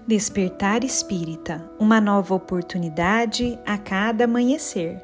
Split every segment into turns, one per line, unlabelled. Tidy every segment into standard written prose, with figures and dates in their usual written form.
Despertar Espírita, uma nova oportunidade a cada amanhecer.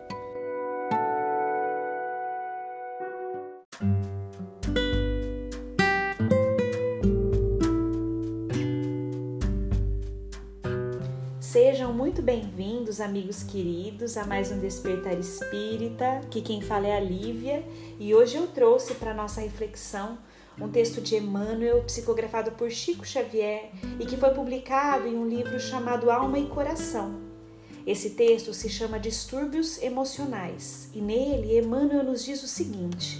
Sejam muito bem-vindos, amigos queridos, a mais um Despertar Espírita. Aqui quem fala é a Lívia e hoje eu trouxe para nossa reflexão um texto de Emmanuel, psicografado por Chico Xavier e que foi publicado em um livro chamado Alma e Coração. Esse texto se chama Distúrbios Emocionais e nele Emmanuel nos diz o seguinte: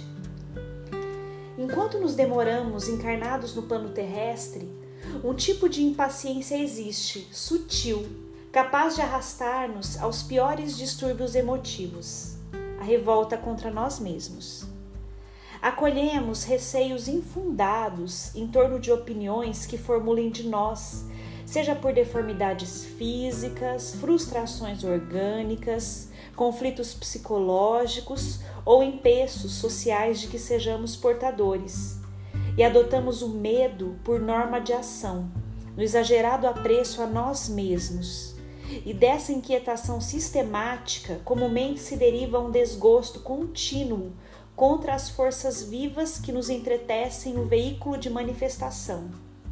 enquanto nos demoramos encarnados no plano terrestre, um tipo de impaciência existe, sutil, capaz de arrastar-nos aos piores distúrbios emotivos, a revolta contra nós mesmos. Acolhemos receios infundados em torno de opiniões que formulem de nós, seja por deformidades físicas, frustrações orgânicas, conflitos psicológicos ou empeços sociais de que sejamos portadores. E adotamos o medo por norma de ação, no exagerado apreço a nós mesmos. E dessa inquietação sistemática, comumente se deriva um desgosto contínuo contra as forças vivas que nos entretecem no veículo de manifestação.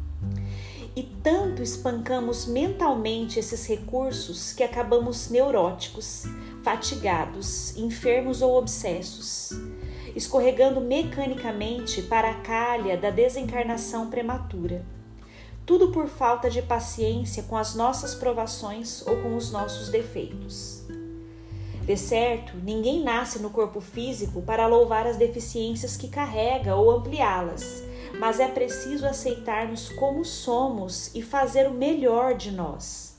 E tanto espancamos mentalmente esses recursos que acabamos neuróticos, fatigados, enfermos ou obsessos, escorregando mecanicamente para a calha da desencarnação prematura. Tudo por falta de paciência com as nossas provações ou com os nossos defeitos. De certo, ninguém nasce no corpo físico para louvar as deficiências que carrega ou ampliá-las, mas é preciso aceitar-nos como somos e fazer o melhor de nós.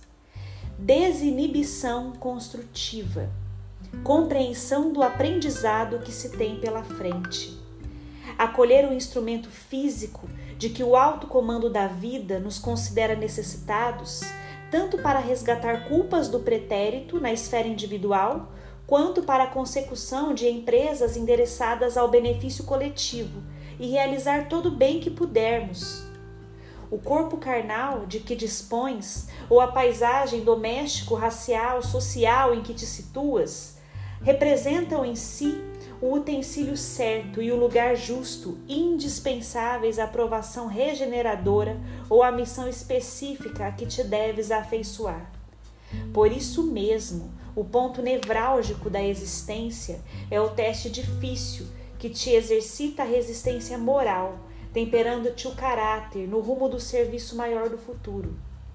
Desinibição construtiva, compreensão do aprendizado que se tem pela frente. Acolher o instrumento físico de que o alto comando da vida nos considera necessitados, tanto para resgatar culpas do pretérito na esfera individual, quanto para a consecução de empresas endereçadas ao benefício coletivo e realizar todo o bem que pudermos. O corpo carnal de que dispões, ou a paisagem doméstico, racial, social em que te situas, representam em si o utensílio certo e o lugar justo, indispensáveis à provação regeneradora ou à missão específica a que te deves afeiçoar. Por isso mesmo, o ponto nevrálgico da existência é o teste difícil que te exercita a resistência moral, temperando-te o caráter no rumo do serviço maior do futuro.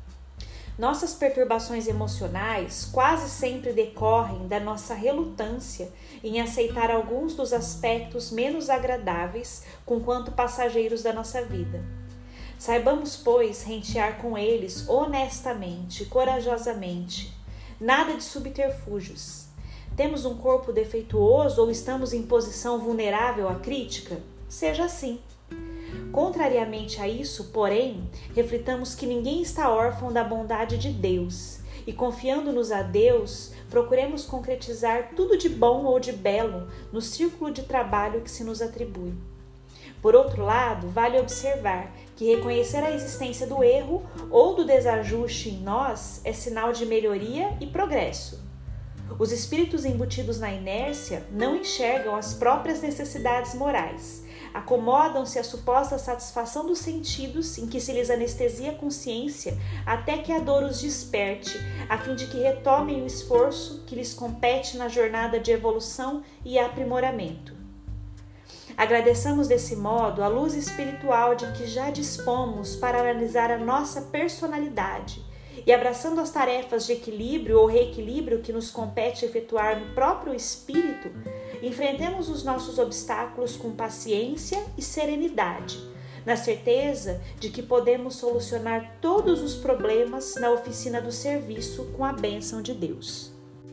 Nossas perturbações emocionais quase sempre decorrem da nossa relutância em aceitar alguns dos aspectos menos agradáveis conquanto passageiros da nossa vida. Saibamos, pois, rentear com eles honestamente, corajosamente. Nada de subterfúgios. Temos um corpo defeituoso ou estamos em posição vulnerável à crítica? Seja assim. Contrariamente a isso, porém, reflitamos que ninguém está órfão da bondade de Deus e, confiando-nos a Deus, procuremos concretizar tudo de bom ou de belo no círculo de trabalho que se nos atribui. Por outro lado, vale observar que reconhecer a existência do erro ou do desajuste em nós é sinal de melhoria e progresso. Os espíritos embutidos na inércia não enxergam as próprias necessidades morais, acomodam-se à suposta satisfação dos sentidos em que se lhes anestesia a consciência até que a dor os desperte, a fim de que retomem o esforço que lhes compete na jornada de evolução e aprimoramento. Agradeçamos desse modo a luz espiritual de que já dispomos para analisar a nossa personalidade e, abraçando as tarefas de equilíbrio ou reequilíbrio que nos compete efetuar no próprio espírito, enfrentemos os nossos obstáculos com paciência e serenidade, na certeza de que podemos solucionar todos os problemas na oficina do serviço com a bênção de Deus.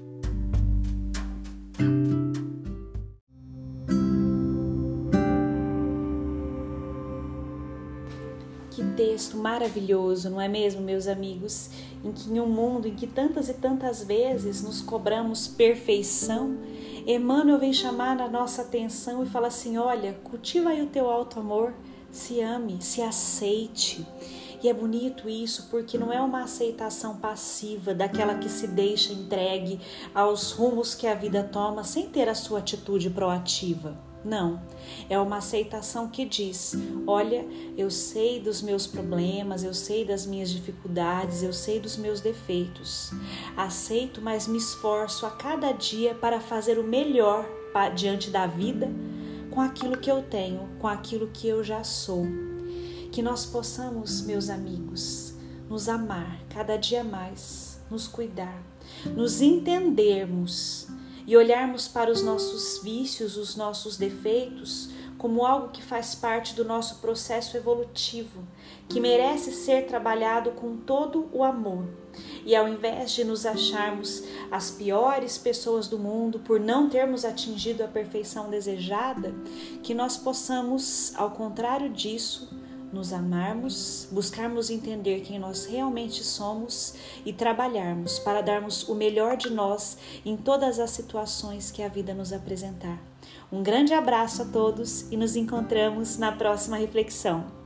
Que texto maravilhoso, não é mesmo, meus amigos? Em que em um mundo em que tantas e tantas vezes nos cobramos perfeição, Emmanuel vem chamar a nossa atenção e fala assim: olha, cultiva aí o teu alto amor, se ame, se aceite. E é bonito isso porque não é uma aceitação passiva daquela que se deixa entregue aos rumos que a vida toma sem ter a sua atitude proativa. Não, é uma aceitação que diz: olha, eu sei dos meus problemas, eu sei das minhas dificuldades, eu sei dos meus defeitos. Aceito, mas me esforço a cada dia para fazer o melhor diante da vida com aquilo que eu tenho, com aquilo que eu já sou. Que nós possamos, meus amigos, nos amar cada dia mais, nos cuidar, nos entendermos e olharmos para os nossos vícios, os nossos defeitos, como algo que faz parte do nosso processo evolutivo, que merece ser trabalhado com todo o amor. E ao invés de nos acharmos as piores pessoas do mundo por não termos atingido a perfeição desejada, que nós possamos, ao contrário disso, nos amarmos, buscarmos entender quem nós realmente somos e trabalharmos para darmos o melhor de nós em todas as situações que a vida nos apresentar. Um grande abraço a todos e nos encontramos na próxima reflexão.